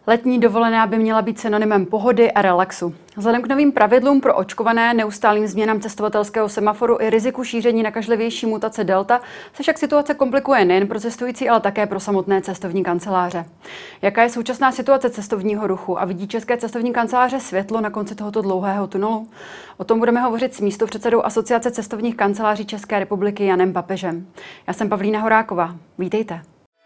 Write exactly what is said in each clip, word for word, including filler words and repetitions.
Letní dovolená by měla být synonymem pohody a relaxu. Vzhledem k novým pravidlům pro očkované, neustálým změnám cestovatelského semaforu i riziku šíření nakažlivější mutace Delta se však situace komplikuje nejen pro cestující, ale také pro samotné cestovní kanceláře. Jaká je současná situace cestovního ruchu a vidí české cestovní kanceláře světlo na konci tohoto dlouhého tunelu? O tom budeme hovořit s místopředsedou Asociace cestovních kanceláří České republiky Janem Papežem. Já jsem Pavlína Horáková. Vítejte.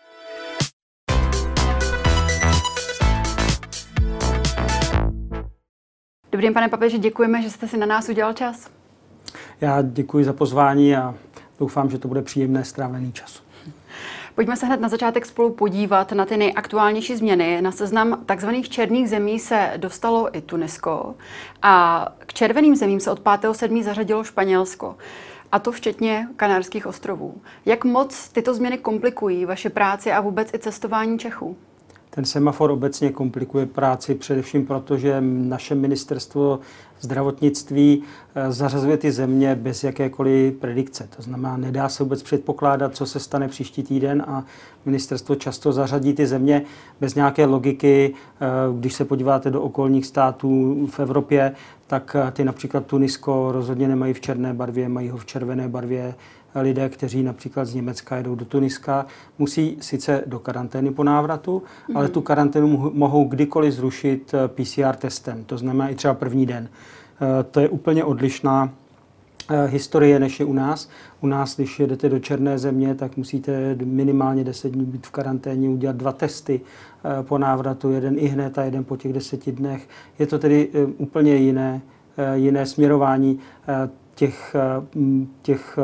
Dobrý den, pane Papeži, děkujeme, že jste si na nás udělal čas. Já děkuji za pozvání a doufám, že to bude příjemné strávený čas. Pojďme se hned na začátek spolu podívat na ty nejaktuálnější změny. Na seznam takzvaných černých zemí se dostalo i Tunisko a k červeným zemím se od pátého sedmého zařadilo Španělsko. A to včetně Kanárských ostrovů. Jak moc tyto změny komplikují vaše práci a vůbec i cestování Čechů? Ten semafor obecně komplikuje práci především proto, že naše ministerstvo zdravotnictví zařazuje ty země bez jakékoliv predikce. To znamená, nedá se vůbec předpokládat, co se stane příští týden a ministerstvo často zařadí ty země bez nějaké logiky. Když se podíváte do okolních států v Evropě, tak ty například Tunisko rozhodně nemají v černé barvě, mají ho v červené barvě. Lidé, kteří například z Německa jedou do Tuniska, musí sice do karantény po návratu, mm. ale tu karanténu mohou kdykoliv zrušit P C R testem, to znamená i třeba první den. To je úplně odlišná historie, než je u nás. U nás, když jedete do černé země, tak musíte minimálně deset dní být v karanténě, udělat dva testy po návratu, jeden i hned a jeden po těch deseti dnech. Je to tedy úplně jiné, jiné směrování těch, těch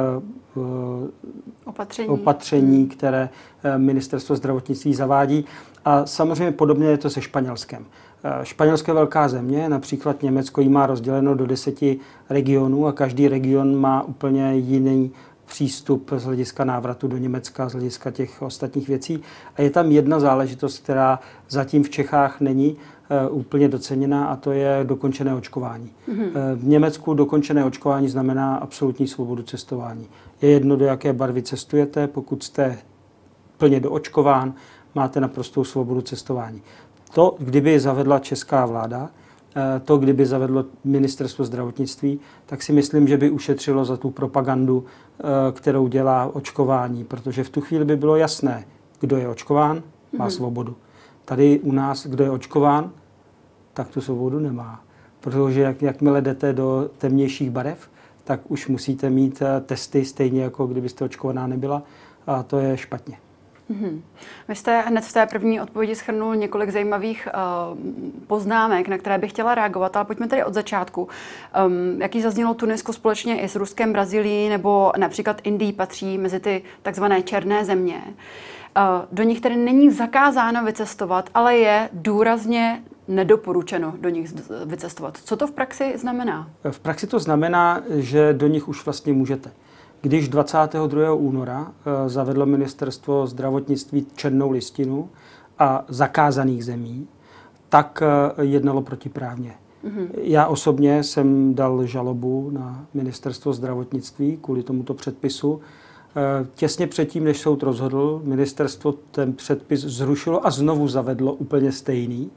opatření. opatření, které ministerstvo zdravotnictví zavádí. A samozřejmě podobně je to se Španělskem. Španělsko je velká země, například Německo ji má rozděleno do deseti regionů a každý region má úplně jiný přístup z hlediska návratu do Německa, z hlediska těch ostatních věcí. A je tam jedna záležitost, která zatím v Čechách není uh, úplně doceněná, a to je dokončené očkování. Mm-hmm. Uh, v Německu dokončené očkování znamená absolutní svobodu cestování. Je jedno, do jaké barvy cestujete, pokud jste plně doočkován, máte naprostou svobodu cestování. To, kdyby zavedla česká vláda, to, kdyby zavedlo ministerstvo zdravotnictví, tak si myslím, že by ušetřilo za tu propagandu, kterou dělá očkování, protože v tu chvíli by bylo jasné, kdo je očkován, má mm. svobodu. Tady u nás, kdo je očkován, tak tu svobodu nemá. Protože jak, jakmile jdete do temnějších barev, tak už musíte mít testy stejně, jako kdybyste očkovaná nebyla, a to je špatně. Mm-hmm. Vy jste hned v té první odpovědi shrnul několik zajímavých uh, poznámek, na které bych chtěla reagovat, ale pojďme tedy od začátku. Um, jaký zaznělo Tunisko společně i s Ruskem, Brazílií nebo například Indií patří mezi ty takzvané černé země. Uh, do nich tedy není zakázáno vycestovat, ale je důrazně nedoporučeno do nich vycestovat. Co to v praxi znamená? V praxi to znamená, že do nich už vlastně můžete. Když dvacátého druhého února zavedlo ministerstvo zdravotnictví černou listinu a zakázaných zemí, tak jednalo protiprávně. Mm-hmm. Já osobně jsem dal žalobu na ministerstvo zdravotnictví kvůli tomuto předpisu. Těsně předtím, než soud rozhodl, ministerstvo ten předpis zrušilo a znovu zavedlo úplně stejný,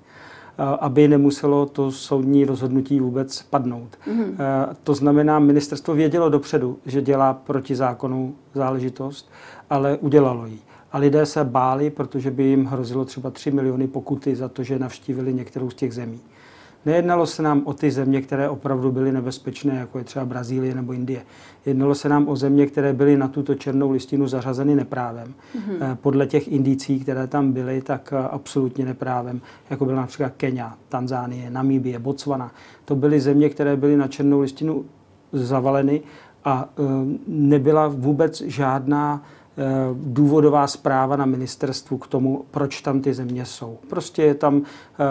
aby nemuselo to soudní rozhodnutí vůbec padnout. Mm. To znamená, ministerstvo vědělo dopředu, že dělá protizákonnou záležitost, ale udělalo ji. A lidé se báli, protože by jim hrozilo třeba tři miliony pokuty za to, že navštívili některou z těch zemí. Nejednalo se nám o ty země, které opravdu byly nebezpečné, jako je třeba Brazílie nebo Indie. Jednalo se nám o země, které byly na tuto černou listinu zařazeny neprávem. Mm-hmm. Podle těch indicí, které tam byly, tak absolutně neprávem, jako byla například Kenia, Tanzánie, Namíbie, Botswana. To byly země, které byly na černou listinu zavaleny a nebyla vůbec žádná důvodová zpráva na ministerstvu k tomu, proč tam ty země jsou. Prostě je tam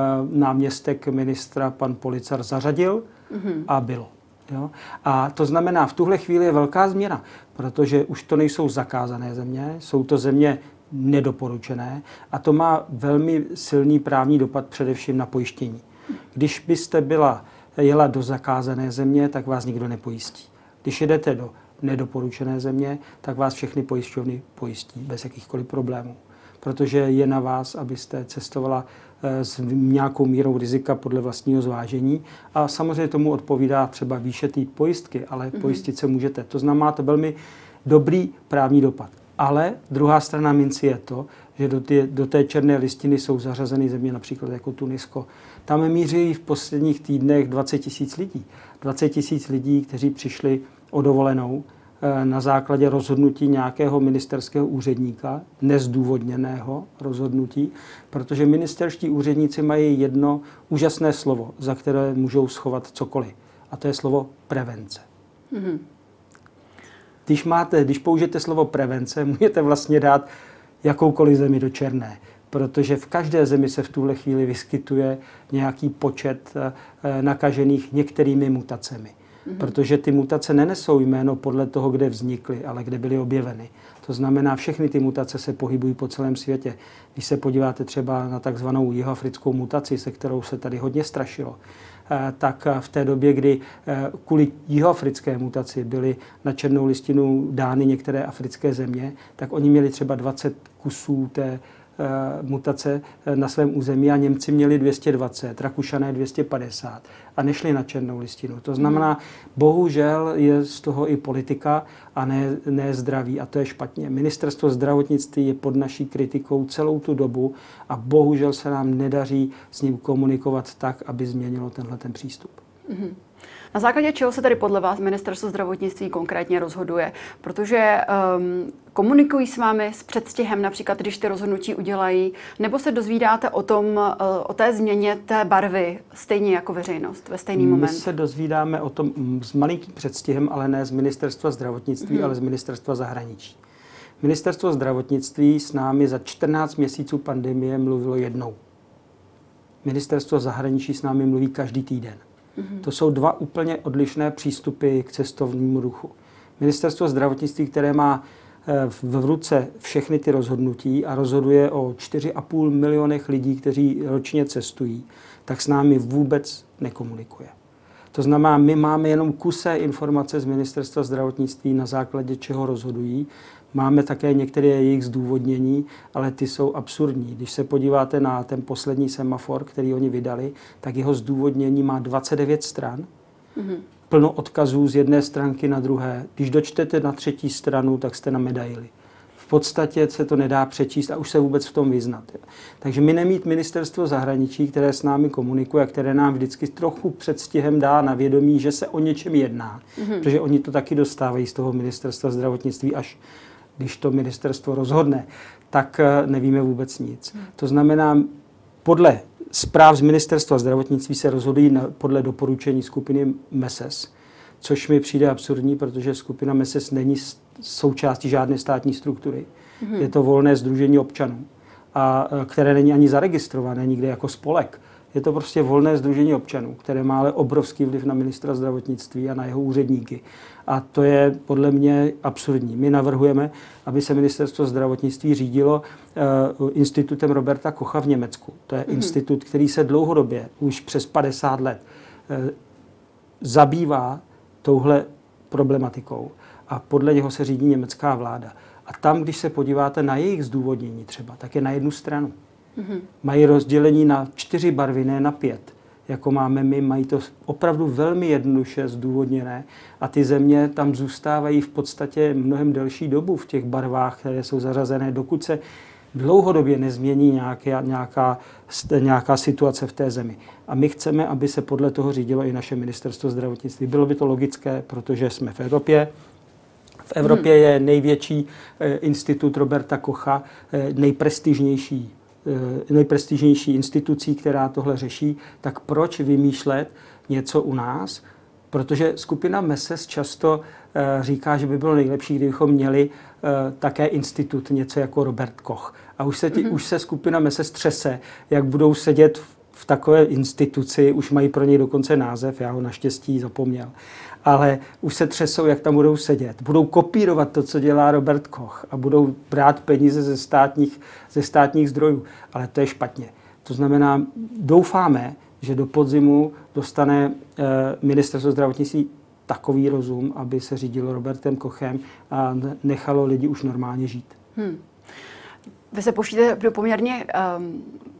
náměstek ministra, pan Policar, zařadil mm-hmm. a bylo. Jo? A to znamená, v tuhle chvíli je velká změna, protože už to nejsou zakázané země, jsou to země nedoporučené a to má velmi silný právní dopad především na pojištění. Když byste byla, jela do zakázané země, tak vás nikdo nepojistí. Když jedete do nedoporučené země, tak vás všechny pojišťovny pojistí bez jakýchkoliv problémů. Protože je na vás, abyste cestovala s nějakou mírou rizika podle vlastního zvážení. A samozřejmě tomu odpovídá třeba výše té pojistky, ale mm-hmm. pojistit se můžete. To znamená to velmi dobrý právní dopad. Ale druhá strana minci je to, že do, ty, do té černé listiny jsou zařazeny země například jako Tunisko. Tam míří v posledních týdnech dvacet tisíc lidí. dvacet tisíc lidí, kteří přišli o dovolenou na základě rozhodnutí nějakého ministerského úředníka, nezdůvodněného rozhodnutí, protože ministerští úředníci mají jedno úžasné slovo, za které můžou schovat cokoliv. A to je slovo prevence. Mm-hmm. Když, máte, když použijete slovo prevence, můžete vlastně dát jakoukoliv zemi do černé, protože v každé zemi se v tuhle chvíli vyskytuje nějaký počet nakažených některými mutacemi. Mm-hmm. Protože ty mutace nenesou jméno podle toho, kde vznikly, ale kde byly objeveny. To znamená, všechny ty mutace se pohybují po celém světě. Když se podíváte třeba na takzvanou jihoafrickou mutaci, se kterou se tady hodně strašilo, tak v té době, kdy kvůli jihoafrické mutaci byly na černou listinu dány některé africké země, tak oni měli třeba dvacet kusů té mutace na svém území a Němci měli dvě stě dvacet, Rakušané dvě stě padesát a nešli na černou listinu. To znamená, bohužel je z toho i politika a ne, ne zdraví a to je špatně. Ministerstvo zdravotnictví je pod naší kritikou celou tu dobu a bohužel se nám nedaří s ním komunikovat tak, aby změnilo tenhle ten přístup. Mm-hmm. Na základě čeho se tady podle vás Ministerstvo zdravotnictví konkrétně rozhoduje? Protože um, komunikují s vámi s předstihem, například když ty rozhodnutí udělají, nebo se dozvídáte o tom, uh, o té změně té barvy stejně jako veřejnost ve stejný My moment? My se dozvídáme o tom s malinkým předstihem, ale ne z Ministerstva zdravotnictví, hmm. ale z Ministerstva zahraničí. Ministerstvo zdravotnictví s námi za čtrnáct měsíců pandemie mluvilo jednou. Ministerstvo zahraničí s námi mluví každý týden. To jsou dva úplně odlišné přístupy k cestovnímu ruchu. Ministerstvo zdravotnictví, které má v ruce všechny ty rozhodnutí a rozhoduje o čtyři a půl milionech lidí, kteří ročně cestují, tak s námi vůbec nekomunikuje. To znamená, my máme jenom kusé informace z Ministerstva zdravotnictví, na základě čeho rozhodují. Máme také některé jejich zdůvodnění, ale ty jsou absurdní. Když se podíváte na ten poslední semafor, který oni vydali, tak jeho zdůvodnění má dvacet devět stran, mm-hmm. plno odkazů z jedné stránky na druhé. Když dočtete na třetí stranu, tak jste na medaili. V podstatě se to nedá přečíst a už se vůbec v tom vyznat. Takže my nemít Ministerstvo zahraničí, které s námi komunikuje a které nám vždycky trochu předstihem dá na vědomí, že se o něčem jedná. Mm-hmm. Protože oni to taky dostávají z toho Ministerstva zdravotnictví, až když to ministerstvo rozhodne, tak nevíme vůbec nic. Hmm. To znamená, podle zpráv z Ministerstva zdravotnictví se rozhodují na, podle doporučení skupiny M E S E S, což mi přijde absurdní, protože skupina M E S E S není součástí žádné státní struktury. Hmm. Je to volné sdružení občanů, a, které není ani zaregistrované nikde jako spolek. Je to prostě volné sdružení občanů, které má ale obrovský vliv na ministra zdravotnictví a na jeho úředníky. A to je podle mě absurdní. My navrhujeme, aby se ministerstvo zdravotnictví řídilo uh, institutem Roberta Kocha v Německu. To je mm-hmm. institut, který se dlouhodobě, už přes padesát let, uh, zabývá touhle problematikou. A podle něho se řídí německá vláda. A tam, když se podíváte na jejich zdůvodnění třeba, tak je na jednu stranu. Mm-hmm. Mají rozdělení na čtyři barvy, ne na pět, jako máme my. Mají to opravdu velmi jednoduše zdůvodněné a ty země tam zůstávají v podstatě mnohem delší dobu v těch barvách, které jsou zařazené, dokud se dlouhodobě nezmění nějaká, nějaká, nějaká situace v té zemi. A my chceme, aby se podle toho řídilo i naše ministerstvo zdravotnictví. Bylo by to logické, protože jsme v Evropě. V Evropě mm-hmm. je největší eh, institut Roberta Kocha, eh, nejprestižnější nejprestižnější institucí, která tohle řeší, tak proč vymýšlet něco u nás? Protože skupina M E S E S často uh, říká, že by bylo nejlepší, kdybychom měli uh, také institut, něco jako Robert Koch. A už se, ti, mm-hmm. už se skupina M E S E S třese, jak budou sedět v, v takové instituci, už mají pro něj dokonce název, já ho naštěstí zapomněl. Ale už se třesou, jak tam budou sedět. Budou kopírovat to, co dělá Robert Koch a budou brát peníze ze státních, ze státních zdrojů. Ale to je špatně. To znamená, doufáme, že do podzimu dostane eh, ministerstvo zdravotnictví takový rozum, aby se řídilo Robertem Kochem a nechalo lidi už normálně žít. Hmm. Vy se pouštíte do poměrně um,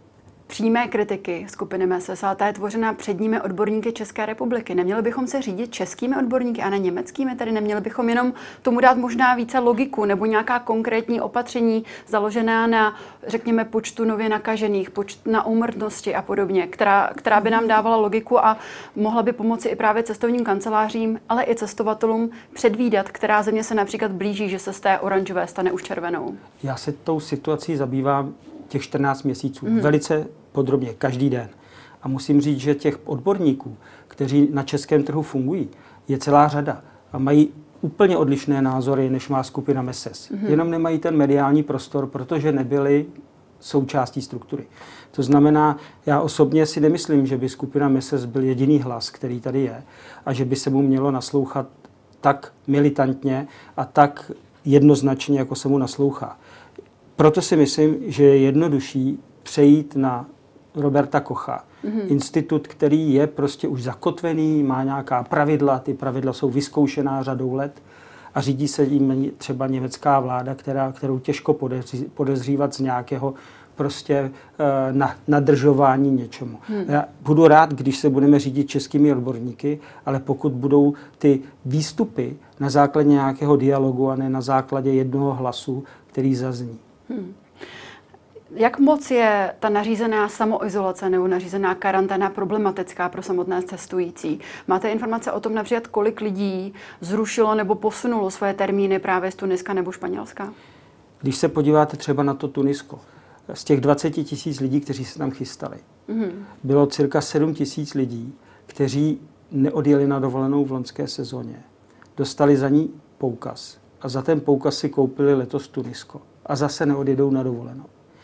přímé kritiky skupiny M S S, ale ta je tvořena předními odborníky České republiky. Neměli bychom se řídit českými odborníky a ne německými, tedy neměli bychom jenom tomu dát možná více logiku nebo nějaká konkrétní opatření založená na, řekněme, počtu nově nakažených, počt, na úmrtnosti a podobně, která, která by nám dávala logiku a mohla by pomoci i právě cestovním kancelářím, ale i cestovatelům předvídat, která země se například blíží, že se z té oranžové stane už červenou. Já se tou situací zabývám těch čtrnáct měsíců mm. velice podrobně, každý den. A musím říct, že těch odborníků, kteří na českém trhu fungují, je celá řada a mají úplně odlišné názory, než má skupina M S S. Mm. Jenom nemají ten mediální prostor, protože nebyli součástí struktury. To znamená, já osobně si nemyslím, že by skupina M S S byl jediný hlas, který tady je a že by se mu mělo naslouchat tak militantně a tak jednoznačně, jako se mu naslouchá. Proto si myslím, že je jednodušší přejít na Roberta Kocha. Mm-hmm. Institut, který je prostě už zakotvený, má nějaká pravidla, ty pravidla jsou vyzkoušená řadou let a řídí se jim třeba německá vláda, která, kterou těžko podezří, podezřívat z nějakého prostě uh, na, nadržování něčemu. Hmm. Já budu rád, když se budeme řídit českými odborníky, ale pokud budou ty výstupy na základě nějakého dialogu a ne na základě jednoho hlasu, který zazní. Hmm. Jak moc je ta nařízená samoizolace nebo nařízená karanténa problematická pro samotné cestující? Máte informace o tom například, kolik lidí zrušilo nebo posunulo svoje termíny právě z Tuniska nebo Španělska? Když se podíváte třeba na to Tunisko, z těch dvacet tisíc lidí, kteří se tam chystali, mm-hmm. bylo cirka sedm tisíc lidí, kteří neodjeli na dovolenou v loňské sezóně. Dostali za ní poukaz a za ten poukaz si koupili letos Tunisko a zase neodjedou na dovolenou.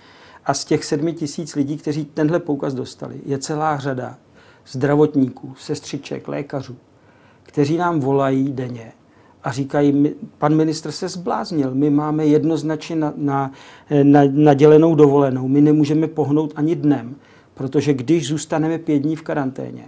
A z těch sedmi tisíc lidí, kteří tenhle poukaz dostali, je celá řada zdravotníků, sestřiček, lékařů, kteří nám volají denně a říkají, pan ministr se zbláznil, my máme jednoznačně na, na, na, nadělenou dovolenou, my nemůžeme pohnout ani dnem, protože když zůstaneme pět dní v karanténě,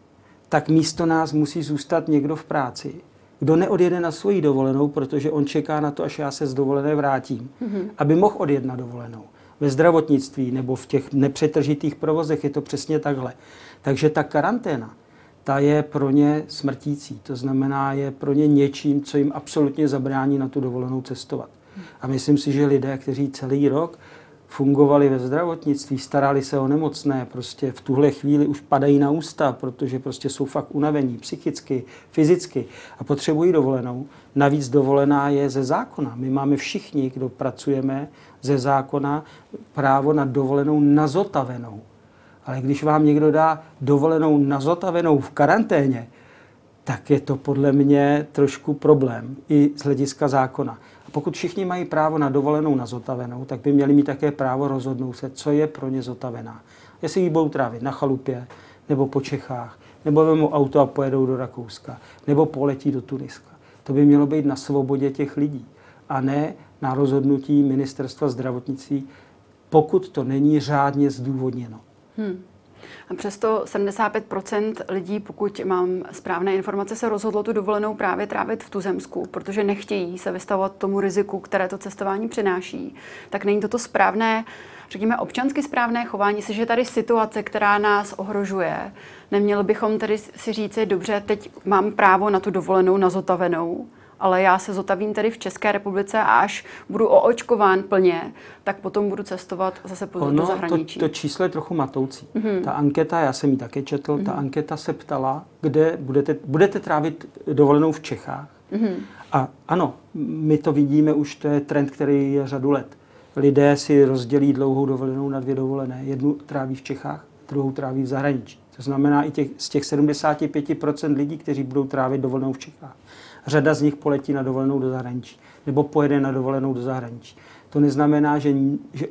tak místo nás musí zůstat někdo v práci, kdo neodjede na svoji dovolenou, protože on čeká na to, až já se z dovolené vrátím, mm-hmm. aby mohl odjet na dovolenou. Ve zdravotnictví nebo v těch nepřetržitých provozech je to přesně takhle. Takže ta karanténa, ta je pro ně smrtící. To znamená, je pro ně něčím, co jim absolutně zabrání na tu dovolenou cestovat. A myslím si, že lidé, kteří celý rok fungovali ve zdravotnictví, starali se o nemocné, prostě v tuhle chvíli už padají na ústa, protože prostě jsou fakt unavení psychicky, fyzicky a potřebují dovolenou. Navíc dovolená je ze zákona. My máme všichni, kdo pracujeme ze zákona, právo na dovolenou na zotavenou. Ale když vám někdo dá dovolenou na zotavenou v karanténě, tak je to podle mě trošku problém i z hlediska zákona. A pokud všichni mají právo na dovolenou na zotavenou, tak by měli mít také právo rozhodnout se, co je pro ně zotavená. Jestli ji budou trávit na chalupě, nebo po Čechách, nebo vezmou auto a pojedou do Rakouska, nebo poletí do Tuniska. To by mělo být na svobodě těch lidí a ne na rozhodnutí ministerstva zdravotnictví, pokud to není řádně zdůvodněno. Hmm. A přesto sedmdesát pět procent lidí, pokud mám správné informace, se rozhodlo tu dovolenou právě trávit v tuzemsku, protože nechtějí se vystavovat tomu riziku, které to cestování přináší. Tak není toto správné, řekněme občansky správné chování, si, že tady situace, která nás ohrožuje, neměli bychom tedy si říci, dobře, teď mám právo na tu dovolenou, na zotavenou, ale já se zotavím tedy v České republice a až budu oočkován plně, tak potom budu cestovat zase ono, do zahraničí. To, to číslo je trochu matoucí. Mm-hmm. Ta anketa, já jsem ji také četl, mm-hmm. ta anketa se ptala, kde budete, budete trávit dovolenou v Čechách. Mm-hmm. A ano, my to vidíme už, to je trend, který je řadu let. Lidé si rozdělí dlouhou dovolenou na dvě dovolené. Jednu tráví v Čechách, druhou tráví v zahraničí. To znamená i těch, z těch sedmdesát pět procent lidí, kteří budou trávit dovolenou v Čechách. Řada z nich poletí na dovolenou do zahraničí nebo pojede na dovolenou do zahraničí. To neznamená, že, že,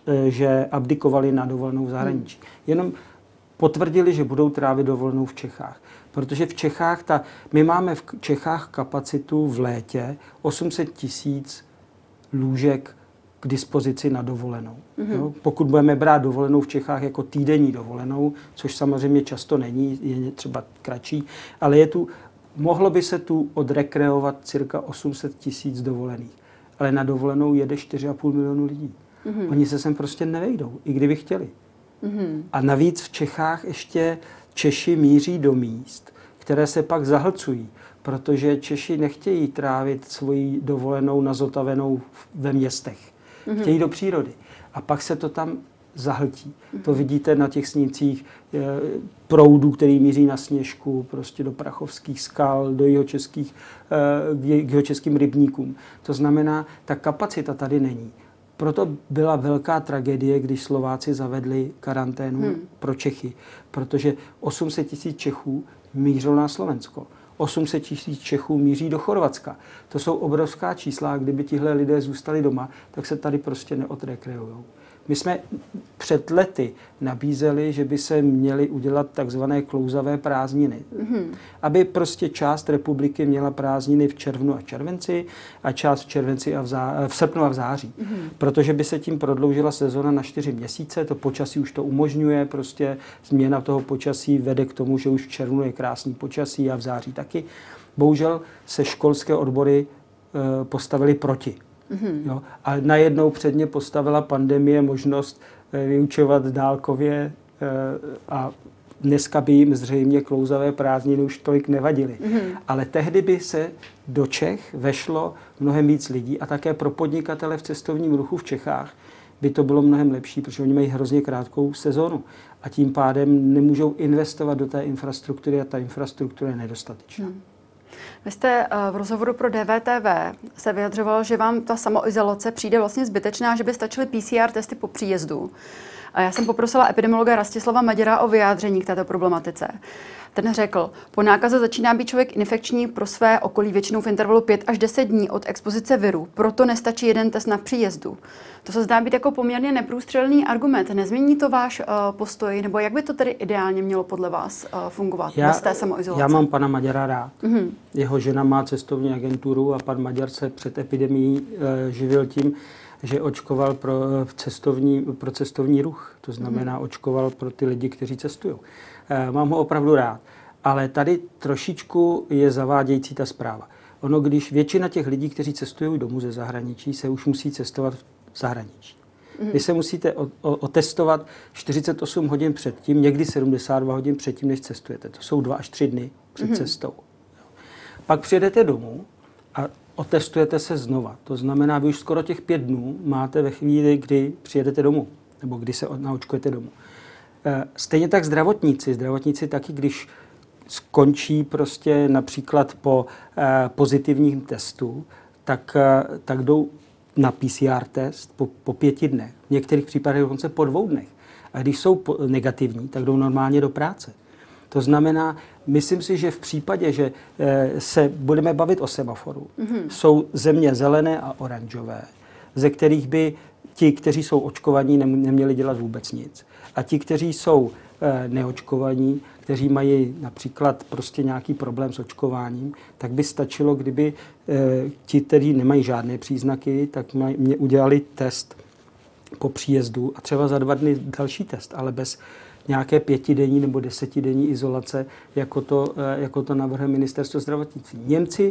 že abdikovali na dovolenou v zahraničí. Jenom potvrdili, že budou trávit dovolenou v Čechách. Protože v Čechách, ta, my máme v Čechách kapacitu v létě osm set tisíc lůžek k dispozici na dovolenou. Mm-hmm. Jo? Pokud budeme brát dovolenou v Čechách jako týdenní dovolenou, což samozřejmě často není, je třeba kratší, ale je tu mohlo by se tu odrekreovat cirka osm set tisíc dovolených. Ale na dovolenou jede čtyři a půl milionu lidí. Mm-hmm. Oni se sem prostě nevejdou, i kdyby chtěli. Mm-hmm. A navíc v Čechách ještě Češi míří do míst, které se pak zahlcují, protože Češi nechtějí trávit svoji dovolenou na zotavenou ve městech. Mm-hmm. Chtějí do přírody. A pak se to tam zahltí. Mm-hmm. To vidíte na těch snímcích e, proudů, který míří na Sněžku, prostě do Prachovských skal, do jihočeských, e, k jihočeským rybníkům. To znamená, ta kapacita tady není. Proto byla velká tragédie, když Slováci zavedli karanténu hmm. pro Čechy, protože osm set tisíc Čechů mířilo na Slovensko. osm set tisíc Čechů míří do Chorvatska. To jsou obrovská čísla a kdyby tihle lidé zůstali doma, tak se tady prostě neodrekreujou. My jsme před lety nabízeli, že by se měly udělat takzvané klouzavé prázdniny. Mm-hmm. Aby prostě část republiky měla prázdniny v červnu a červenci a část v červenci a v, zá, v srpnu a v září. Mm-hmm. Protože by se tím prodloužila sezona na čtyři měsíce, to počasí už to umožňuje, prostě změna toho počasí vede k tomu, že už v červnu je krásný počasí a v září taky. Bohužel se školské odbory e, postavily proti. Mm-hmm. Jo? A najednou předně postavila pandemie možnost e, vyučovat dálkově e, a dneska by jim zřejmě klouzavé prázdniny už tolik nevadily. Mm-hmm. Ale tehdy by se do Čech vešlo mnohem víc lidí a také pro podnikatele v cestovním ruchu v Čechách by to bylo mnohem lepší, protože oni mají hrozně krátkou sezonu a tím pádem nemůžou investovat do té infrastruktury a ta infrastruktura je nedostatečná. Mm. Vy jste v rozhovoru pro D V T V se vyjadřoval, že vám ta samoizolace přijde vlastně zbytečná, že by stačily P C R testy po příjezdu. A já jsem poprosila epidemiologa Rastislava Maděra o vyjádření k této problematice. Ten řekl, po nákaze začíná být člověk infekční pro své okolí většinou v intervalu pět až deset dní od expozice viru, proto nestačí jeden test na příjezdu. To se zdá být jako poměrně neprůstřelný argument. Nezmění to váš uh, postoj, nebo jak by to tedy ideálně mělo podle vás uh, fungovat já, bez té samoizolace? Já mám pana Maďara rád. Mm-hmm. Jeho žena má cestovní agenturu a pan Maďar se před epidemií uh, živil tím, že očkoval pro cestovní, pro cestovní ruch. To znamená, očkoval pro ty lidi, kteří cestují. Mám ho opravdu rád. Ale tady trošičku je zavádějící ta zpráva. Ono, když většina těch lidí, kteří cestují domů ze zahraničí, se už musí cestovat v zahraničí. Mm. Vy se musíte otestovat čtyřicet osm hodin předtím, někdy sedmdesát dva hodin předtím, než cestujete. To jsou dva až tři dny před mm. cestou. Pak přijedete domů a otestujete se znova. To znamená, vy už skoro těch pět dnů máte ve chvíli, kdy přijedete domů, nebo kdy se naočkujete domů. Stejně tak zdravotníci. Zdravotníci taky, když skončí prostě například po pozitivním testu, tak, tak jdou na P C R test po, po pěti dnech. V některých případech dokonce po dvou dnech. A když jsou negativní, tak jdou normálně do práce. To znamená, myslím si, že v případě, že se budeme bavit o semaforu, mm-hmm. jsou země zelené a oranžové, ze kterých by ti, kteří jsou očkovaní, neměli dělat vůbec nic. A ti, kteří jsou neočkovaní, kteří mají například prostě nějaký problém s očkováním, tak by stačilo, kdyby ti, kteří nemají žádné příznaky, tak mě udělali test po příjezdu a třeba za dva dny další test, ale bez nějaké pětidenní nebo desetidenní izolace, jako to, jako to navrhuje ministerstvo zdravotnictví. Němci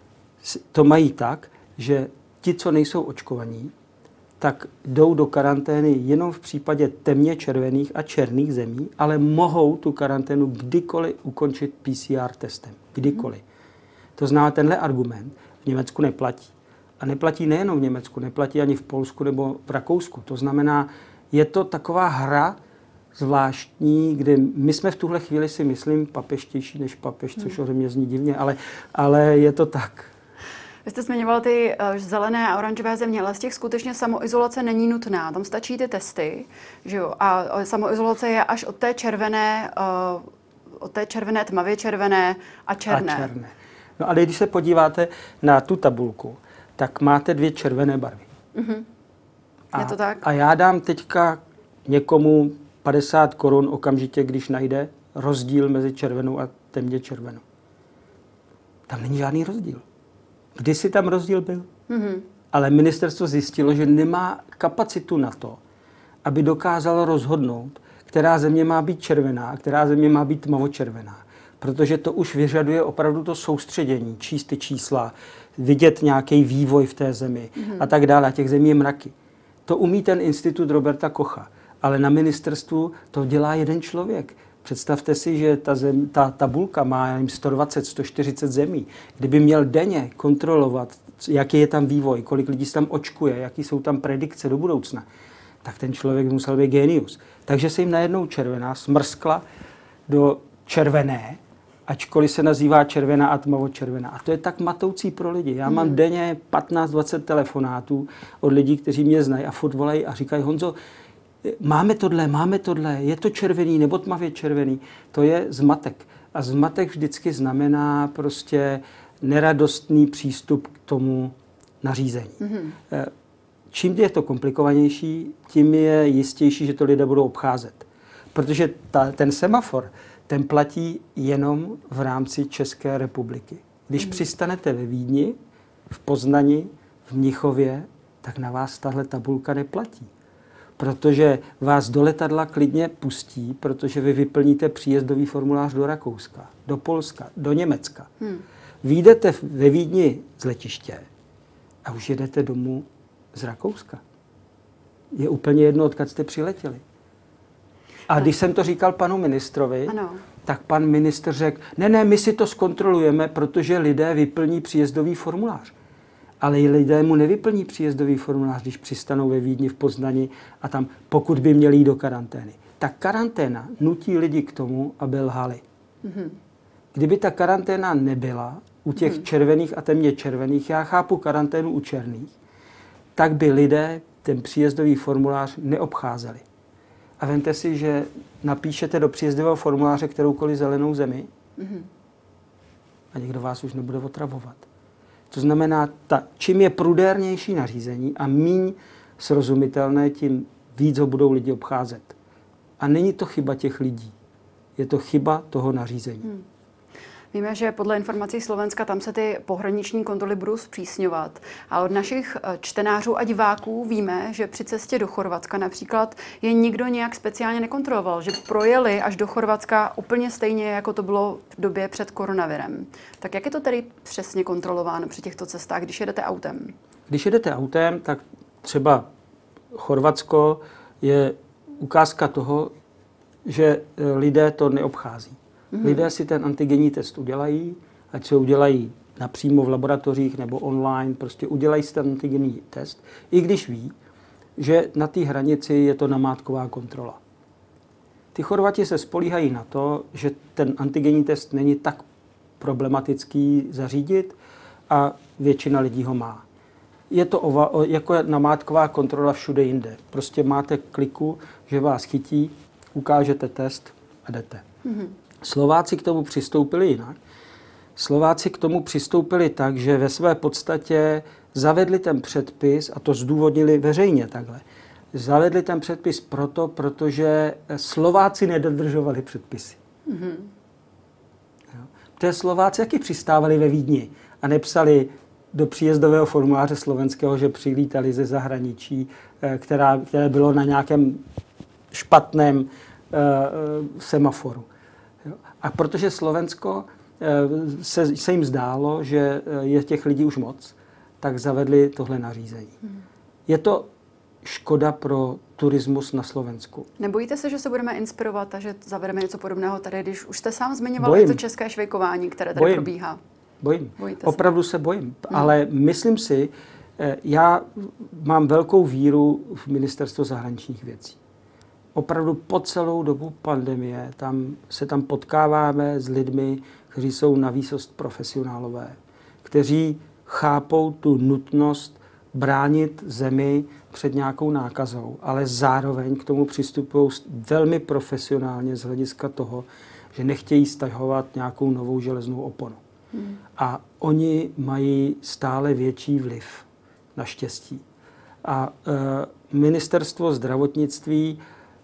to mají tak, že ti, co nejsou očkovaní, tak jdou do karantény jenom v případě temně červených a černých zemí, ale mohou tu karanténu kdykoliv ukončit P C R testem. Kdykoliv. To znamená, tenhle argument v Německu neplatí. A neplatí nejenom v Německu, neplatí ani v Polsku nebo v Rakousku. To znamená, je to taková hra zvláštní, kde my jsme v tuhle chvíli, si myslím, papeštější než papež, což ode mě zní divně, ale, ale je to tak. Vy jste zmiňoval ty uh, zelené a oranžové země, ale z těch skutečně samoizolace není nutná. Tam stačí ty testy, že jo? A samoizolace je až od té červené, uh, od té červené, tmavě červené a černé. A černé. No ale když se podíváte na tu tabulku, tak máte dvě červené barvy. Mm-hmm. A, je to tak? A já dám teďka někomu padesát korun okamžitě, když najde rozdíl mezi červenou a temně červenou. Tam není žádný rozdíl. Kdysi tam rozdíl byl. Mm-hmm. Ale ministerstvo zjistilo, že nemá kapacitu na to, aby dokázalo rozhodnout, která země má být červená a která země má být tmavočervená. Protože to už vyžaduje opravdu to soustředění, číst ty čísla, vidět nějaký vývoj v té zemi mm-hmm. a tak dále. A těch zemí je mraky. To umí ten institut Roberta Kocha. ale na ministerstvu to dělá jeden člověk. Představte si, že ta, zem, ta tabulka má sto dvacet, sto čtyřicet zemí. Kdyby měl denně kontrolovat, jaký je tam vývoj, kolik lidí se tam očkuje, jaký jsou tam predikce do budoucna, tak ten člověk musel být génius. Takže se jim najednou červená smrskla do červené, ačkoliv se nazývá červená a tmavočervená. A to je tak matoucí pro lidi. Já mám hmm. denně patnáct dvacet telefonátů od lidí, kteří mě znají a furt volají a říkají: Honzo, máme tohle, máme tohle, je to červený nebo tmavě červený. To je zmatek. A zmatek vždycky znamená prostě neradostný přístup k tomu nařízení. Mm-hmm. Čím je to komplikovanější, tím je jistější, že to lidé budou obcházet. Protože ta, ten semafor, ten platí jenom v rámci České republiky. Když mm-hmm. přistanete ve Vídni, v Poznani, v Mnichově, tak na vás tahle tabulka neplatí. Protože vás do letadla klidně pustí, protože vy vyplníte příjezdový formulář do Rakouska, do Polska, do Německa. Hmm. Vyjdete ve Vídni z letiště a už jedete domů z Rakouska. Je úplně jedno, odkud jste přiletěli. A když jsem to říkal panu ministrovi, ano. tak pan ministr řekl: ne, ne, my si to zkontrolujeme, protože lidé vyplní příjezdový formulář. Ale i lidé mu nevyplní příjezdový formulář, když přistanou ve Vídni, v Poznani a tam, pokud by měli jít do karantény. Ta karanténa nutí lidi k tomu, aby lhali. Mm-hmm. Kdyby ta karanténa nebyla u těch mm-hmm. červených a temně červených, já chápu karanténu u černých, tak by lidé ten příjezdový formulář neobcházeli. A vemte si, že napíšete do příjezdového formuláře kteroukoliv zelenou zemi mm-hmm. a někdo vás už nebude otravovat. To znamená, ta, čím je prudérnější nařízení a míň srozumitelné, tím víc ho budou lidi obcházet. A není to chyba těch lidí. Je to chyba toho nařízení. Hmm. Víme, že podle informací Slovenska tam se ty pohraniční kontroly budou zpřísňovat. A od našich čtenářů a diváků víme, že při cestě do Chorvatska například je nikdo nějak speciálně nekontroloval, že projeli až do Chorvatska úplně stejně, jako to bylo v době před koronavirem. Tak jak je to tedy přesně kontrolováno při těchto cestách, když jedete autem? Když jedete autem, tak třeba Chorvatsko je ukázka toho, že lidé to neobchází. Mm-hmm. Lidé si ten antigenní test udělají, ať se udělají napřímo v laboratořích nebo online, prostě udělají si ten antigenní test, i když ví, že na té hranici je to namátková kontrola. Ty Chorvati se spolíhají na to, že ten antigenní test není tak problematický zařídit a většina lidí ho má. Je to ova, jako namátková kontrola všude jinde. Prostě máte kliku, že vás chytí, ukážete test a jdete. Mm-hmm. Slováci k tomu přistoupili jinak. Slováci k tomu přistoupili tak, že ve své podstatě zavedli ten předpis, a to zdůvodnili veřejně takhle, zavedli ten předpis proto, protože Slováci nedodržovali předpisy. Mm-hmm. Protože Slováci taky přistávali ve Vídni a nepsali do příjezdového formuláře slovenského, že přilítali ze zahraničí, která, které bylo na nějakém špatném uh, semaforu. A protože Slovensko se, se jim zdálo, že je těch lidí už moc, tak zavedli tohle nařízení. Hmm. Je to škoda pro turismus na Slovensku. Nebojíte se, že se budeme inspirovat a že zavedeme něco podobného tady, když už jste sám zmiňoval je to české švejkování, které tady bojím. probíhá? Bojím. Bojíte Opravdu se, se bojím. Hmm. Ale myslím si, já mám velkou víru v Ministerstvo zahraničních věcí. Opravdu po celou dobu pandemie tam se tam potkáváme s lidmi, kteří jsou navýsost profesionálové, kteří chápou tu nutnost bránit zemi před nějakou nákazou, ale zároveň k tomu přistupují velmi profesionálně z hlediska toho, že nechtějí stahovat nějakou novou železnou oponu. Hmm. A oni mají stále větší vliv, naštěstí. A e, ministerstvo zdravotnictví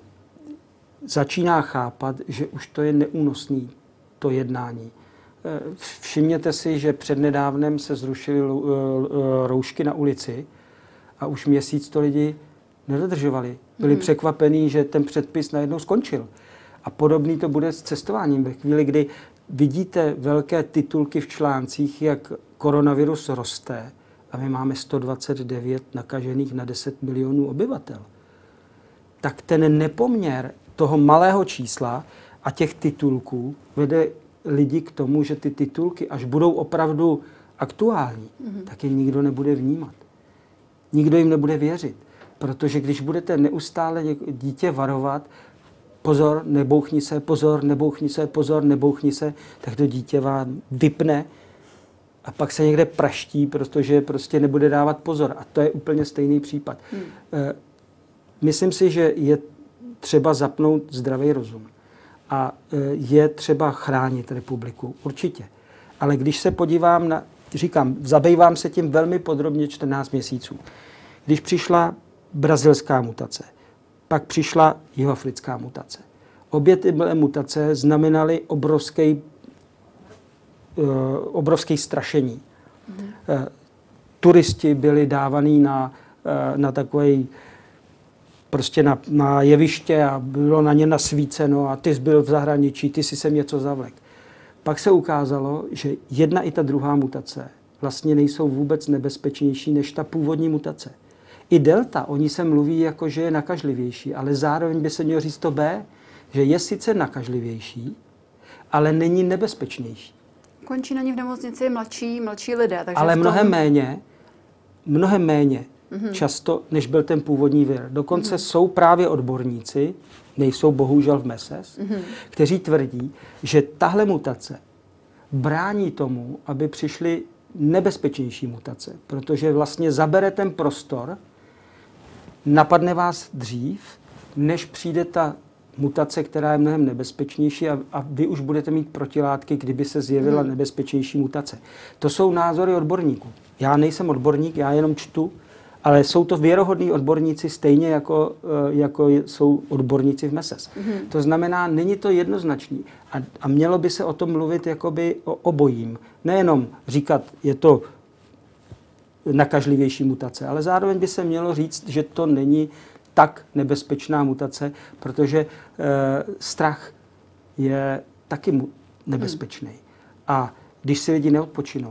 začíná chápat, že už to je neúnosný, to jednání. Všimněte si, že přednedávnem se zrušily roušky na ulici a už měsíc to lidi nedodržovali. Byli hmm. překvapení, že ten předpis najednou skončil. A podobný to bude s cestováním. Ve chvíli, kdy vidíte velké titulky v článcích, jak koronavirus roste a my máme sto dvacet devět nakažených na deset milionů obyvatel. tak ten nepoměr toho malého čísla a těch titulků vede lidi k tomu, že ty titulky, až budou opravdu aktuální, mm-hmm. tak je nikdo nebude vnímat. Nikdo jim nebude věřit. Protože když budete neustále dítě varovat, pozor, nebouchni se, pozor, nebouchni se, pozor, nebouchni se, tak to dítě vám vypne a pak se někde praští, protože prostě nebude dávat pozor. A to je úplně stejný případ. Hmm. Myslím si, že je třeba zapnout zdravý rozum. A je třeba chránit republiku. Určitě. Ale když se podívám na, říkám, zabývám se tím velmi podrobně čtrnáct měsíců. Když přišla brazilská mutace, pak přišla jihoafrická mutace. Obě tyhle mutace znamenaly obrovský, uh, obrovský strašení. Mm. Uh, turisti byli dávaní na, uh, na takový prostě na, na jeviště a bylo na ně nasvíceno a ty jsi byl v zahraničí, ty si sem něco zavlek. Pak se ukázalo, že jedna i ta druhá mutace vlastně nejsou vůbec nebezpečnější než ta původní mutace. I delta, oni se mluví jako, že je nakažlivější, ale zároveň by se mělo říct to B, že je sice nakažlivější, ale není nebezpečnější. Končí na ní v nemocnici mladší, mladší lidé. Takže ale tom... mnohem méně, mnohem méně mm-hmm. často, než byl ten původní vir. Dokonce mm-hmm. jsou právě odborníci, nejsou bohužel v M E S E S, mm-hmm. kteří tvrdí, že tahle mutace brání tomu, aby přišly nebezpečnější mutace, protože vlastně zabere ten prostor, napadne vás dřív, než přijde ta mutace, která je mnohem nebezpečnější a, a vy už budete mít protilátky, kdyby se zjevila hmm. nebezpečnější mutace. To jsou názory odborníků. Já nejsem odborník, já jenom čtu, ale jsou to věrohodní odborníci stejně jako, jako jsou odborníci v M E S E S. Hmm. To znamená, není to jednoznačný. A, a mělo by se o tom mluvit jakoby o obojím. Nejenom říkat, je to nakažlivější mutace, ale zároveň by se mělo říct, že to není tak nebezpečná mutace, protože e, strach je taky mu- nebezpečný. Hmm. A když si lidi neodpočinou,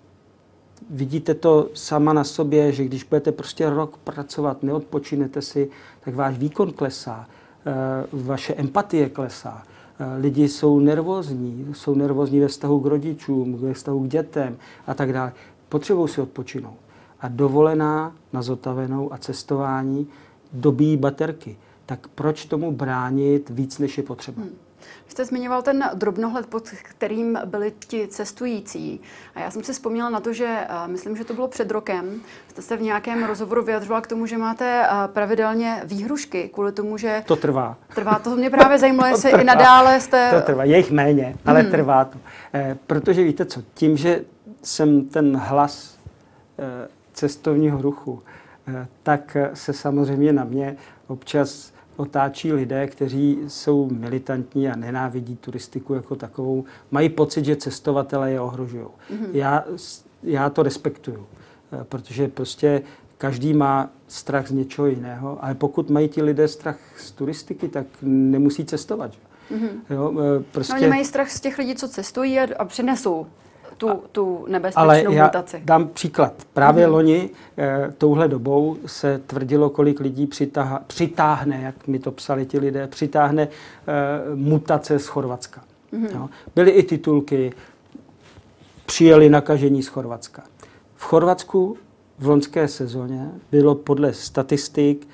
vidíte to sama na sobě, že když budete prostě rok pracovat, neodpočinete si, tak váš výkon klesá, e, vaše empatie klesá. E, lidi jsou nervózní, jsou nervózní ve vztahu k rodičům, ve vztahu k dětem a tak dále. Potřebují si odpočinout. A dovolená na zotavenou a cestování dobíjí baterky. Tak proč tomu bránit víc, než je potřeba? Hmm. Jste zmiňoval ten drobnohled, pod kterým byli ti cestující. A já jsem si vzpomněla na to, že myslím, že to bylo před rokem, jste se v nějakém rozhovoru vyjadřoval k tomu, že máte pravidelně výhrušky kvůli tomu, že... To trvá. Trvá, to mě právě zajímalo, jestli i nadále jste... To trvá, je jich méně, ale hmm. trvá to. Eh, protože víte co, tím, že jsem ten hlas eh, cestovního ruchu, eh, tak se samozřejmě na mě občas otáčí lidé, kteří jsou militantní a nenávidí turistiku jako takovou, mají pocit, že cestovatelé je ohrožují. Mm-hmm. Já, já to respektuju, protože prostě každý má strach z něčeho jiného, ale pokud mají ti lidé strach z turistiky, tak nemusí cestovat. Mm-hmm. Jo, prostě... no, oni mají strach z těch lidí, co cestují a přinesou tu, tu nebezpečnou ale já mutaci. Dám příklad. Právě mm-hmm. loni e, touhle dobou se tvrdilo, kolik lidí přitáhne, přitáhne, jak mi to psali ti lidé, přitáhne e, mutace z Chorvatska. Mm-hmm. Jo. Byly i titulky, přijeli nakažení z Chorvatska. V Chorvatsku v loňské sezóně bylo podle statistik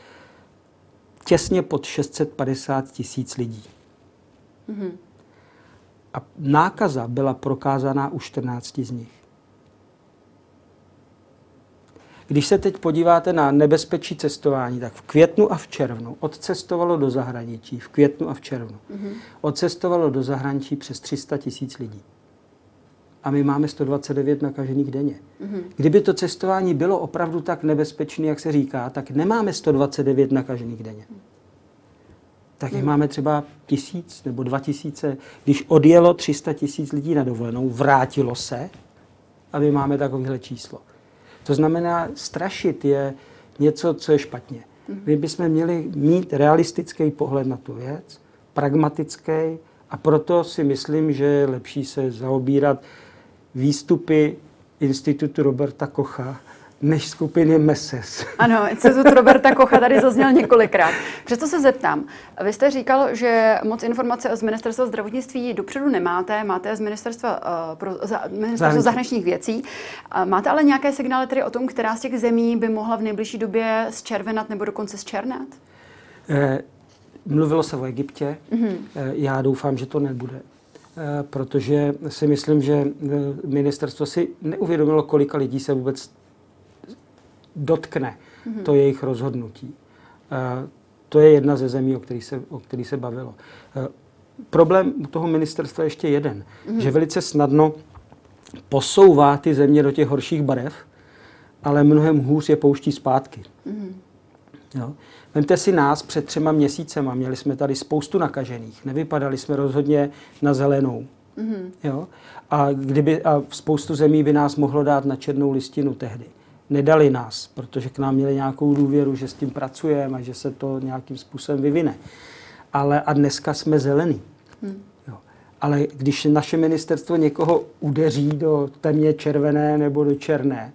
těsně pod šest set padesát tisíc lidí. Mm-hmm. A nákaza byla prokázaná u čtrnácti z nich. Když se teď podíváte na nebezpečí cestování, tak v květnu a v červnu odcestovalo do zahraničí, v květnu a v červnu, mm-hmm. odcestovalo do zahraničí přes tři sta tisíc lidí. A my máme sto dvacet devět nakažených denně. Mm-hmm. Kdyby to cestování bylo opravdu tak nebezpečné, jak se říká, tak nemáme sto dvacet devět nakažených denně. Tak jich máme třeba tisíc nebo dva tisíce. Když odjelo tři sta tisíc lidí na dovolenou, vrátilo se a my máme takovéhle číslo. To znamená, strašit je něco, co je špatně. My bychom měli mít realistický pohled na tu věc, pragmatický, a proto si myslím, že je lepší se zaobírat výstupy Institutu Roberta Kocha než skupiny M E S E S. Ano, institut Roberta Kocha tady zazněl několikrát. Přesto se zeptám. Vy jste říkal, že moc informace z ministerstva zdravotnictví dopředu nemáte, máte z ministerstva, uh, pro, za, ministerstva zahraničních věcí. Uh, máte ale nějaké signály tedy o tom, která z těch zemí by mohla v nejbližší době zčervenat nebo dokonce zčernat? Eh, mluvilo se o Egyptě. Mm-hmm. Eh, já doufám, že to nebude. Eh, protože si myslím, že ministerstvo si neuvědomilo, kolika lidí se vůbec dotkne mm-hmm. to jejich rozhodnutí. Uh, to je jedna ze zemí, o kterých se, o který se bavilo. Uh, problém u toho ministerstva je ještě jeden, mm-hmm. že velice snadno posouvá ty země do těch horších barev, ale mnohem hůř je pouští zpátky. Mm-hmm. Jo? Vemte si nás před třema měsícema, měli jsme tady spoustu nakažených, nevypadali jsme rozhodně na zelenou. Mm-hmm. Jo? A, kdyby, a spoustu zemí by nás mohlo dát na černou listinu tehdy. Nedali nás, protože k nám měli nějakou důvěru, že s tím pracujeme a že se to nějakým způsobem vyvine. Ale a dneska jsme zelení. Hmm. Jo. Ale když naše ministerstvo někoho udeří do temně červené nebo do černé,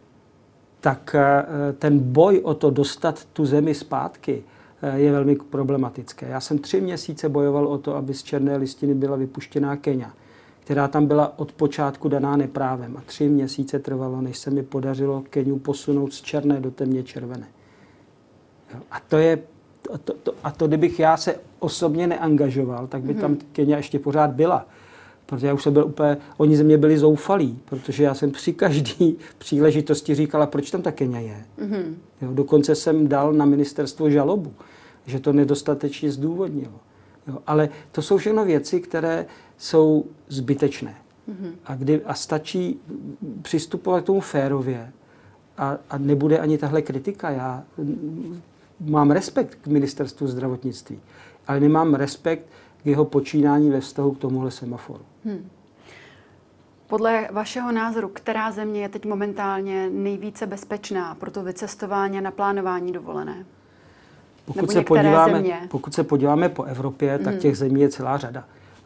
tak ten boj o to dostat tu zemi zpátky je velmi problematické. Já jsem tři měsíce bojoval o to, aby z černé listiny byla vypuštěná Kenia, která tam byla od počátku daná neprávem. A tři měsíce trvalo, než se mi podařilo Keniu posunout z černé do temně červené. Jo. A to je, to, to, to, a to kdybych já se osobně neangažoval, tak by mm-hmm. tam Kenia ještě pořád byla. Protože já už jsem byl úplně, oni ze mě byli zoufalí, protože já jsem při každé příležitosti říkala, proč tam ta Kenia je. Mm-hmm. Jo, dokonce jsem dal na ministerstvo žalobu, že to nedostatečně zdůvodnilo. Jo, ale to jsou všechno věci, které jsou zbytečné. Mm-hmm. A, kdy, a stačí přistupovat k tomu férově a, a nebude ani tahle kritika. Já mám respekt k ministerstvu zdravotnictví, ale nemám respekt k jeho počínání ve vztahu k tomuhle semaforu. Hmm. Podle vašeho názoru, která země je teď momentálně nejvíce bezpečná pro to vycestování a naplánování dovolené? Pokud se, podíváme, pokud se podíváme po Evropě, tak mm. těch zemí je celá řada.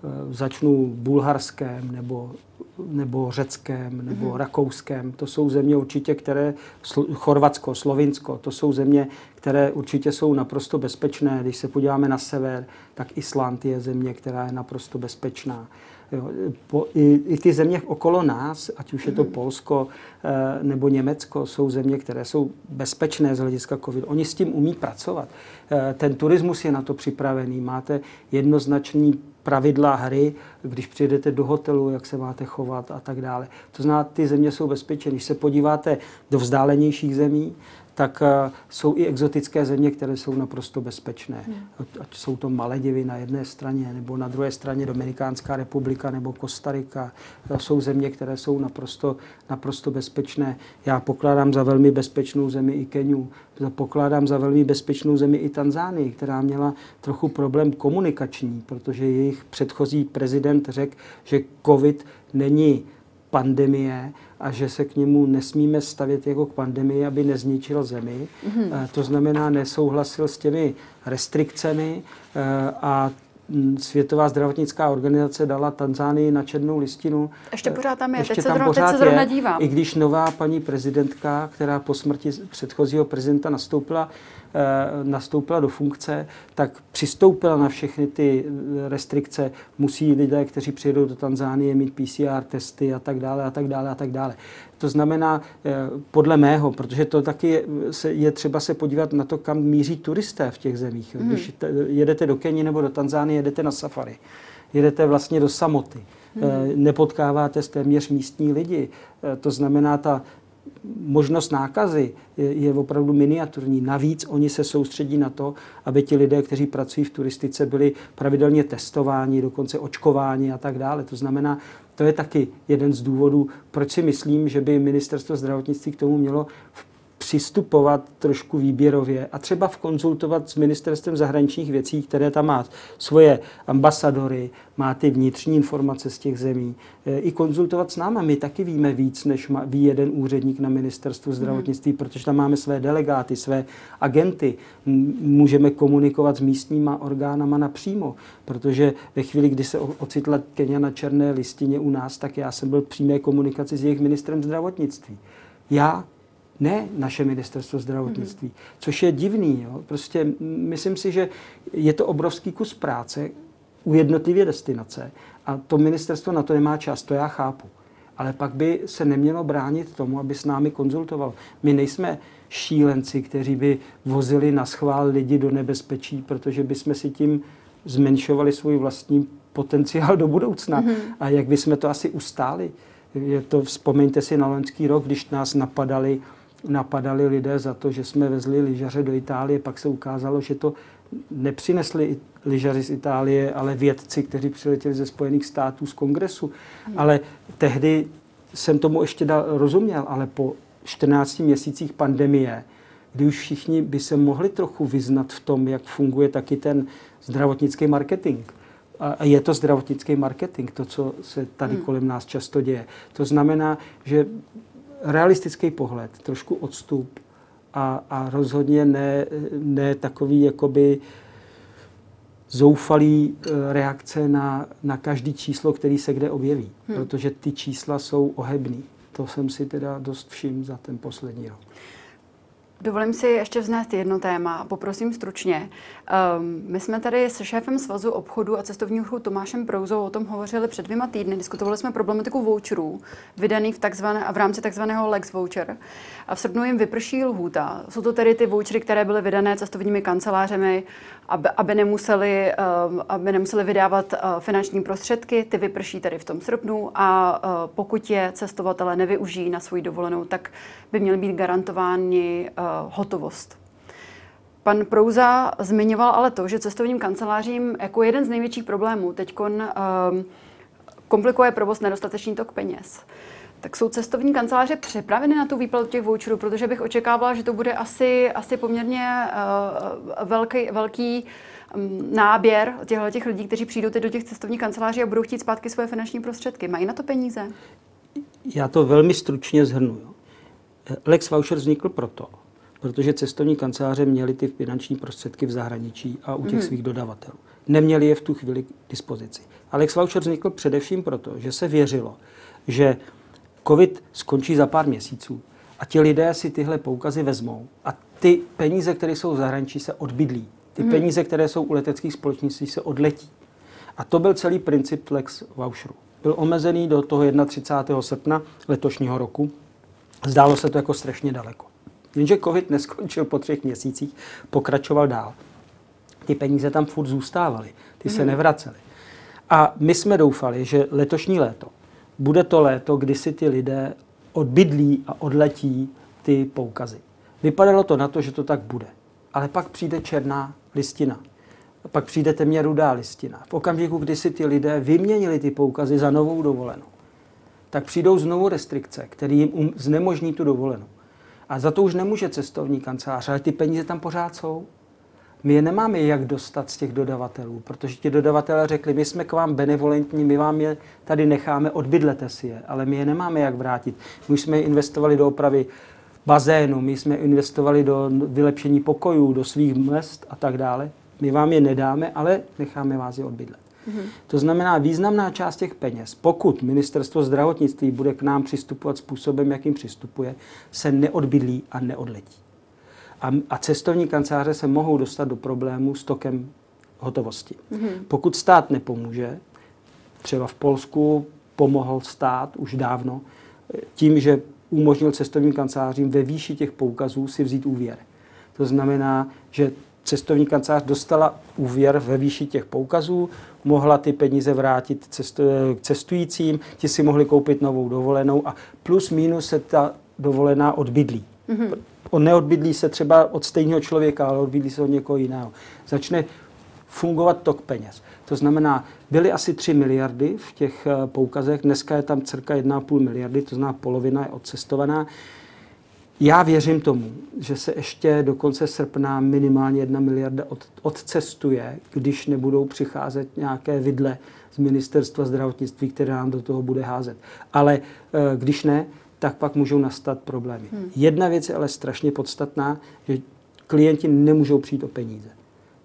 Začnu Bulharskem, nebo, nebo Řeckem, nebo mm. Rakouskem. To jsou země určitě, které, Chorvatsko, Slovinsko, to jsou země, které určitě jsou naprosto bezpečné. Když se podíváme na sever, tak Island je země, která je naprosto bezpečná. Jo, po, i, I ty země okolo nás, ať už je to Polsko e, nebo Německo, jsou země, které jsou bezpečné z hlediska covidu. Oni s tím umí pracovat. E, ten turismus je na to připravený. Máte jednoznačný pravidla hry, když přijedete do hotelu, jak se máte chovat a tak dále. To znamená, ty země jsou bezpečné. Když se podíváte do vzdálenějších zemí, tak uh, jsou i exotické země, které jsou naprosto bezpečné. Hmm. Ať jsou to Maledivy na jedné straně, nebo na druhé straně Dominikánská republika, nebo Kostarika. To jsou země, které jsou naprosto, naprosto bezpečné. Já pokládám za velmi bezpečnou zemi i Keniu. Pokládám za velmi bezpečnou zemi i Tanzánii, která měla trochu problém komunikační, protože jejich předchozí prezident řekl, že covid není pandemie a že se k němu nesmíme stavět jako k pandemii, aby nezničil zemi. Mm-hmm. To znamená, nesouhlasil s těmi restrikcemi a Světová zdravotnická organizace dala Tanzánii na černou listinu. Ještě pořád tam je, Ještě teď, tam se zrovna, pořád teď se zrovna je, dívám. I když nová paní prezidentka, která po smrti předchozího prezidenta nastoupila, nastoupila do funkce, tak přistoupila na všechny ty restrikce. Musí lidé, kteří přijedou do Tanzánie, mít P C R testy a tak dále a tak dále a tak dále. To znamená, podle mého, protože to taky je, je třeba se podívat na to, kam míří turisté v těch zemích. Mm. Když jedete do Keni nebo do Tanzánie, jedete na safari. Jedete vlastně do samoty. Mm. Nepotkáváte téměř místní lidi. To znamená, ta možnost nákazy je, je opravdu miniaturní. Navíc oni se soustředí na to, aby ti lidé, kteří pracují v turistice, byli pravidelně testováni, dokonce očkováni a tak dále. To znamená, to je taky jeden z důvodů, proč si myslím, že by ministerstvo zdravotnictví k tomu mělo přistupovat trošku výběrově a třeba vkonzultovat s ministerstvem zahraničních věcí, které tam má svoje ambasadory, má ty vnitřní informace z těch zemí, i konzultovat s námi. My taky víme víc, než má, ví jeden úředník na ministerstvu zdravotnictví, mm. protože tam máme své delegáty, své agenty. Můžeme komunikovat s místníma orgánama napřímo, protože ve chvíli, kdy se ocitla Kenia na černé listině u nás, tak já jsem byl v přímé komunikaci s jejich ministrem zdravotnictví. Já ne naše ministerstvo zdravotnictví, mm. což je divný. Jo? Prostě myslím si, že je to obrovský kus práce u jednotlivé destinace a to ministerstvo na to nemá čas, to já chápu. Ale pak by se nemělo bránit tomu, aby s námi konzultoval. My nejsme šílenci, kteří by vozili na schvál lidi do nebezpečí, protože bychom si tím zmenšovali svůj vlastní potenciál do budoucna. Mm-hmm. A jak bychom to asi ustáli? Je to, vzpomeňte si na loňský rok, když nás napadali, napadali lidé za to, že jsme vezli lyžaře do Itálie, pak se ukázalo, že to nepřinesli lyžaři z Itálie, ale vědci, kteří přiletěli ze Spojených států z kongresu. Mm. Ale tehdy jsem tomu ještě dal, rozuměl, ale po čtrnácti měsících pandemie, kdy už všichni by se mohli trochu vyznat v tom, jak funguje taky ten zdravotnický marketing. A je to zdravotnický marketing, to, co se tady mm. kolem nás často děje. To znamená, že realistický pohled, trošku odstup a, a rozhodně ne, ne takový jakoby zoufalý reakce na, na každý číslo, který se kde objeví. Hmm. Protože ty čísla jsou ohebný. To jsem si teda dost všiml za ten poslední rok. Dovolím si ještě vznést jedno téma, poprosím stručně. Um, my jsme tady se šéfem Svazu obchodu a cestovního ruchu Tomášem Prouzou o tom hovořili před dvěma týdny. Diskutovali jsme problematiku voucherů, vydaný v, takzvané, v rámci takzvaného Lex Voucher. A v srpnu jim vyprší lhůta. Jsou to tedy ty vouchery, které byly vydané cestovními kancelářemi, aby, aby, nemuseli, uh, aby nemuseli vydávat uh, finanční prostředky. Ty vyprší tedy v tom srpnu a uh, pokud je cestovatelé nevyužijí na svou dovolenou, tak by měly být garantováni uh, hotovost. Pan Prouza zmiňoval ale to, že cestovním kancelářím jako jeden z největších problémů teďkon um, komplikuje provoz nedostatečný tok peněz. Tak jsou cestovní kanceláře připraveny na tu výplatu těch voucherů, protože bych očekávala, že to bude asi, asi poměrně uh, velký, velký um, náběr těchto lidí, kteří přijdou teď do těch cestovních kanceláří a budou chtít zpátky svoje finanční prostředky. Mají na to peníze? Já to velmi stručně shrnu. Lex Voucher vznikl proto, protože cestovní kanceláře měly ty finanční prostředky v zahraničí a u těch mm. svých dodavatelů. Neměli je v tu chvíli k dispozici. A Lex Voucher vznikl především proto, že se věřilo, že covid skončí za pár měsíců a ti lidé si tyhle poukazy vezmou a ty peníze, které jsou v zahraničí, se odbydlí. Ty mm. peníze, které jsou u leteckých společností, se odletí. A to byl celý princip Lex Voucheru. Byl omezený do toho třicátého prvního srpna letošního roku. Zdálo se to jako strašně daleko. Jenže covid neskončil po třech měsících, pokračoval dál. Ty peníze tam furt zůstávaly, ty mm. se nevracely. A my jsme doufali, že letošní léto bude to léto, kdy si ty lidé odbydlí a odletí ty poukazy. Vypadalo to na to, že to tak bude. Ale pak přijde černá listina. A pak přijde temně rudá listina. V okamžiku, kdy si ty lidé vyměnili ty poukazy za novou dovolenou, tak přijdou znovu restrikce, které jim znemožní tu dovolenou. A za to už nemůže cestovní kancelář, ale ty peníze tam pořád jsou. My je nemáme jak dostat z těch dodavatelů, protože ti dodavatelé řekli, my jsme k vám benevolentní, my vám je tady necháme, odbydlete si je, ale my je nemáme jak vrátit. My už jsme investovali do opravy bazénu, my jsme investovali do vylepšení pokojů, do svých mest a tak dále. My vám je nedáme, ale necháme vás je odbydlet. Mm-hmm. To znamená, významná část těch peněz, pokud ministerstvo zdravotnictví bude k nám přistupovat způsobem, jakým přistupuje, se neodbydlí a neodletí. A, a cestovní kanceláře se mohou dostat do problému s tokem hotovosti. Mm-hmm. Pokud stát nepomůže, třeba v Polsku pomohl stát už dávno tím, že umožnil cestovním kancelářím ve výši těch poukazů si vzít úvěr. To znamená, že cestovní kancelář dostala úvěr ve výši těch poukazů, mohla ty peníze vrátit cestu, cestujícím, ti si mohli koupit novou dovolenou a plus minus se ta dovolená odbydlí. Mm-hmm. On neodbydlí se třeba od stejného člověka, ale odbydlí se od někoho jiného. Začne fungovat tok peněz. To znamená, byly asi tři miliardy v těch poukazech, dneska je tam cirka jedna a půl miliardy, to znamená polovina je odcestovaná. Já věřím tomu, že se ještě do konce srpna minimálně jedna miliarda od, odcestuje, když nebudou přicházet nějaké vidle z ministerstva zdravotnictví, které nám do toho bude házet. Ale když ne, tak pak můžou nastat problémy. Hmm. Jedna věc je ale strašně podstatná, že klienti nemůžou přijít o peníze.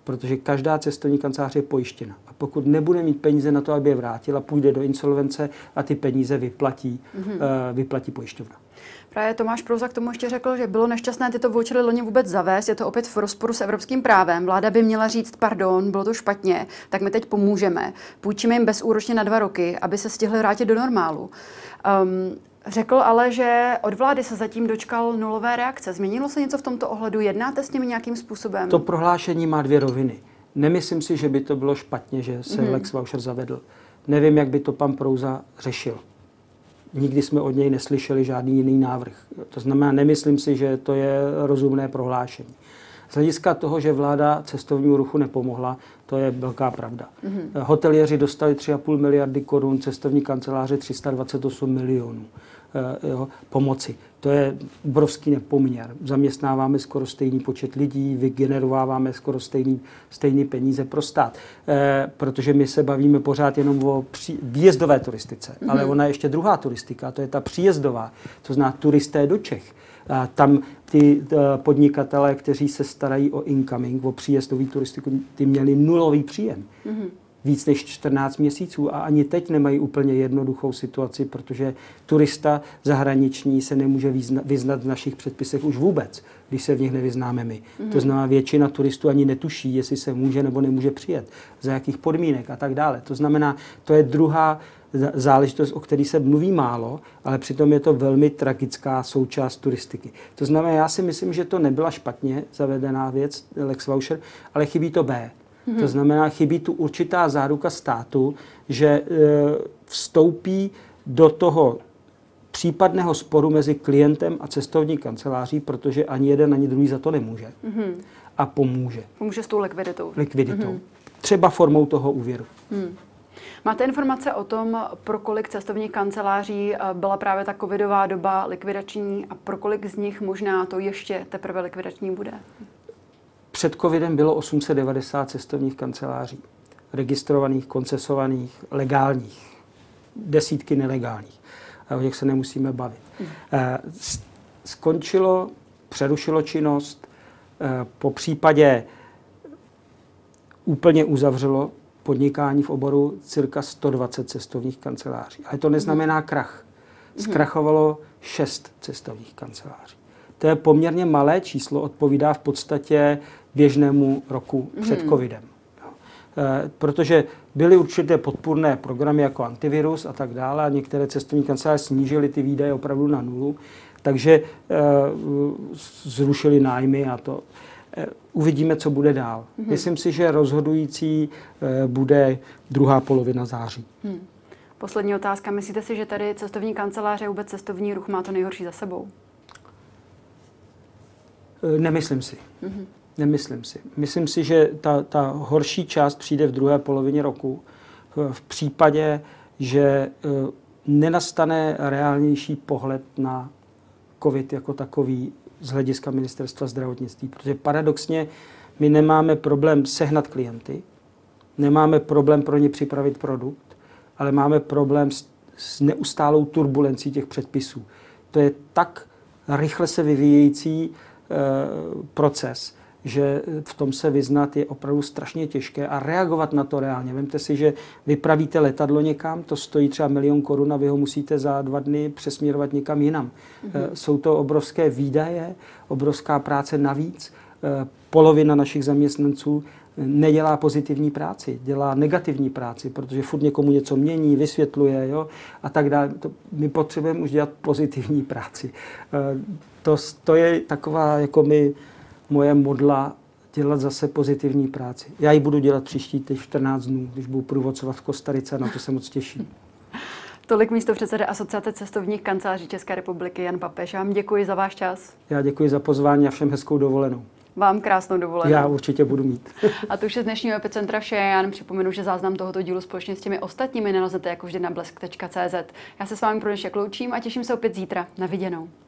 protože každá cestovní kancelář je pojištěna. A pokud nebude mít peníze na to, aby je vrátila, půjde do insolvence a ty peníze vyplatí, mm-hmm. uh, vyplatí pojišťovna. Právě Tomáš Prouza k tomu ještě řekl, že bylo nešťastné tyto vouchery loni vůbec zavést. Je to opět v rozporu s evropským právem. Vláda by měla říct, pardon, bylo to špatně, tak my teď pomůžeme. Půjčíme jim bezúročně na dva roky, aby se stihli vrátit do normálu. Um, řekl ale, že od vlády se zatím dočkal nulové reakce. Změnilo se něco v tomto ohledu? Jednáte s nimi nějakým způsobem? To prohlášení má dvě roviny. Nemyslím si, že by to bylo špatně, že se mm-hmm. Lex Voucher zavedl. Nevím, jak by to pan Prouza řešil. Nikdy jsme od něj neslyšeli žádný jiný návrh. To znamená, nemyslím si, že to je rozumné prohlášení. Z hlediska toho, že vláda cestovnímu ruchu nepomohla, to je velká pravda. Mm-hmm. Hoteliéři dostali tři a půl miliardy korun, cestovní kanceláře tři sta dvacet osm milionů jo, pomoci. To je obrovský nepoměr. Zaměstnáváme skoro stejný počet lidí, vygenerováváme skoro stejný, stejný peníze pro stát. E, protože my se bavíme pořád jenom o při, výjezdové turistice, mm-hmm. ale ona je ještě druhá turistika, to je ta příjezdová, to znamená turisté do Čech. A tam ty podnikatelé, kteří se starají o incoming, o příjezdový turistiku, ty měli nulový příjem. Mm-hmm. Víc než čtrnáct měsíců a ani teď nemají úplně jednoduchou situaci, protože turista zahraniční se nemůže vyznat v našich předpisech už vůbec, když se v nich nevyznáme my. Mm-hmm. To znamená, většina turistů ani netuší, jestli se může nebo nemůže přijet, za jakých podmínek a tak dále. To znamená, to je druhá záležitost, o který se mluví málo, ale přitom je to velmi tragická součást turistiky. To znamená, já si myslím, že to nebyla špatně zavedená věc, Lex Voucher, ale chybí to B. Mm-hmm. To znamená, chybí tu určitá záruka státu, že e, vstoupí do toho případného sporu mezi klientem a cestovní kanceláří, protože ani jeden, ani druhý za to nemůže. Mm-hmm. A pomůže. Pomůže s tou likviditou. Likviditou. Mm-hmm. Třeba formou toho úvěru. Mm. Máte informace o tom, pro kolik cestovních kanceláří byla právě ta covidová doba likvidační a pro kolik z nich možná to ještě teprve likvidační bude? Před covidem bylo osm set devadesát cestovních kanceláří. Registrovaných, koncesovaných, legálních. Desítky nelegálních. O těch se nemusíme bavit. Hmm. Skončilo, přerušilo činnost, po případě úplně uzavřelo podnikání v oboru cirka sto dvacet cestovních kanceláří. Ale to neznamená krach. Zkrachovalo šest cestovních kanceláří. To je poměrně malé číslo, odpovídá v podstatě běžnému roku před mm. covidem. No. E, protože byly určité podpůrné programy jako antivirus a tak dále a některé cestovní kanceláře snížily ty výdaje opravdu na nulu, takže e, zrušili nájmy a to. E, uvidíme, co bude dál. Mm. Myslím si, že rozhodující e, bude druhá polovina září. Mm. Poslední otázka. Myslíte si, že tady cestovní kanceláře a vůbec cestovní ruch má to nejhorší za sebou? Nemyslím si. Mm-hmm. Nemyslím si. Myslím si, že ta, ta horší část přijde v druhé polovině roku. V případě, že nenastane reálnější pohled na COVID jako takový z hlediska ministerstva zdravotnictví. Protože paradoxně my nemáme problém sehnat klienty, nemáme problém pro ně připravit produkt, ale máme problém s, s neustálou turbulencí těch předpisů. To je tak rychle se vyvíjející proces, že v tom se vyznat je opravdu strašně těžké a reagovat na to reálně. Vemte si, že vypravíte letadlo někam, to stojí třeba milion korun a vy ho musíte za dva dny přesměrovat někam jinam. Mm-hmm. Jsou to obrovské výdaje, obrovská práce navíc. Polovina našich zaměstnanců nedělá pozitivní práci, dělá negativní práci, protože furt někomu něco mění, vysvětluje, jo, a tak dále. To, my potřebujeme už dělat pozitivní práci. To, to je taková, jako my, moje modla, dělat zase pozitivní práci. Já ji budu dělat příští těch čtrnáct dnů, když budu průvodcovat v Kostarice, na to se moc těším. Tolik místopředseda Asociace cestovních kanceláří České republiky Jan Papež. Já vám děkuji za váš čas. Já děkuji za pozvání a všem hezkou dovolenou. Vám krásnou dovolenou. Já určitě budu mít. A to už je z dnešního Epicentra vše. Já jen připomenu, že záznam tohoto dílu společně s těmi ostatními naleznete jako vždy na blesk tečka cé zet. Já se s vámi pro dnešek loučím a těším se opět zítra. Na viděnou.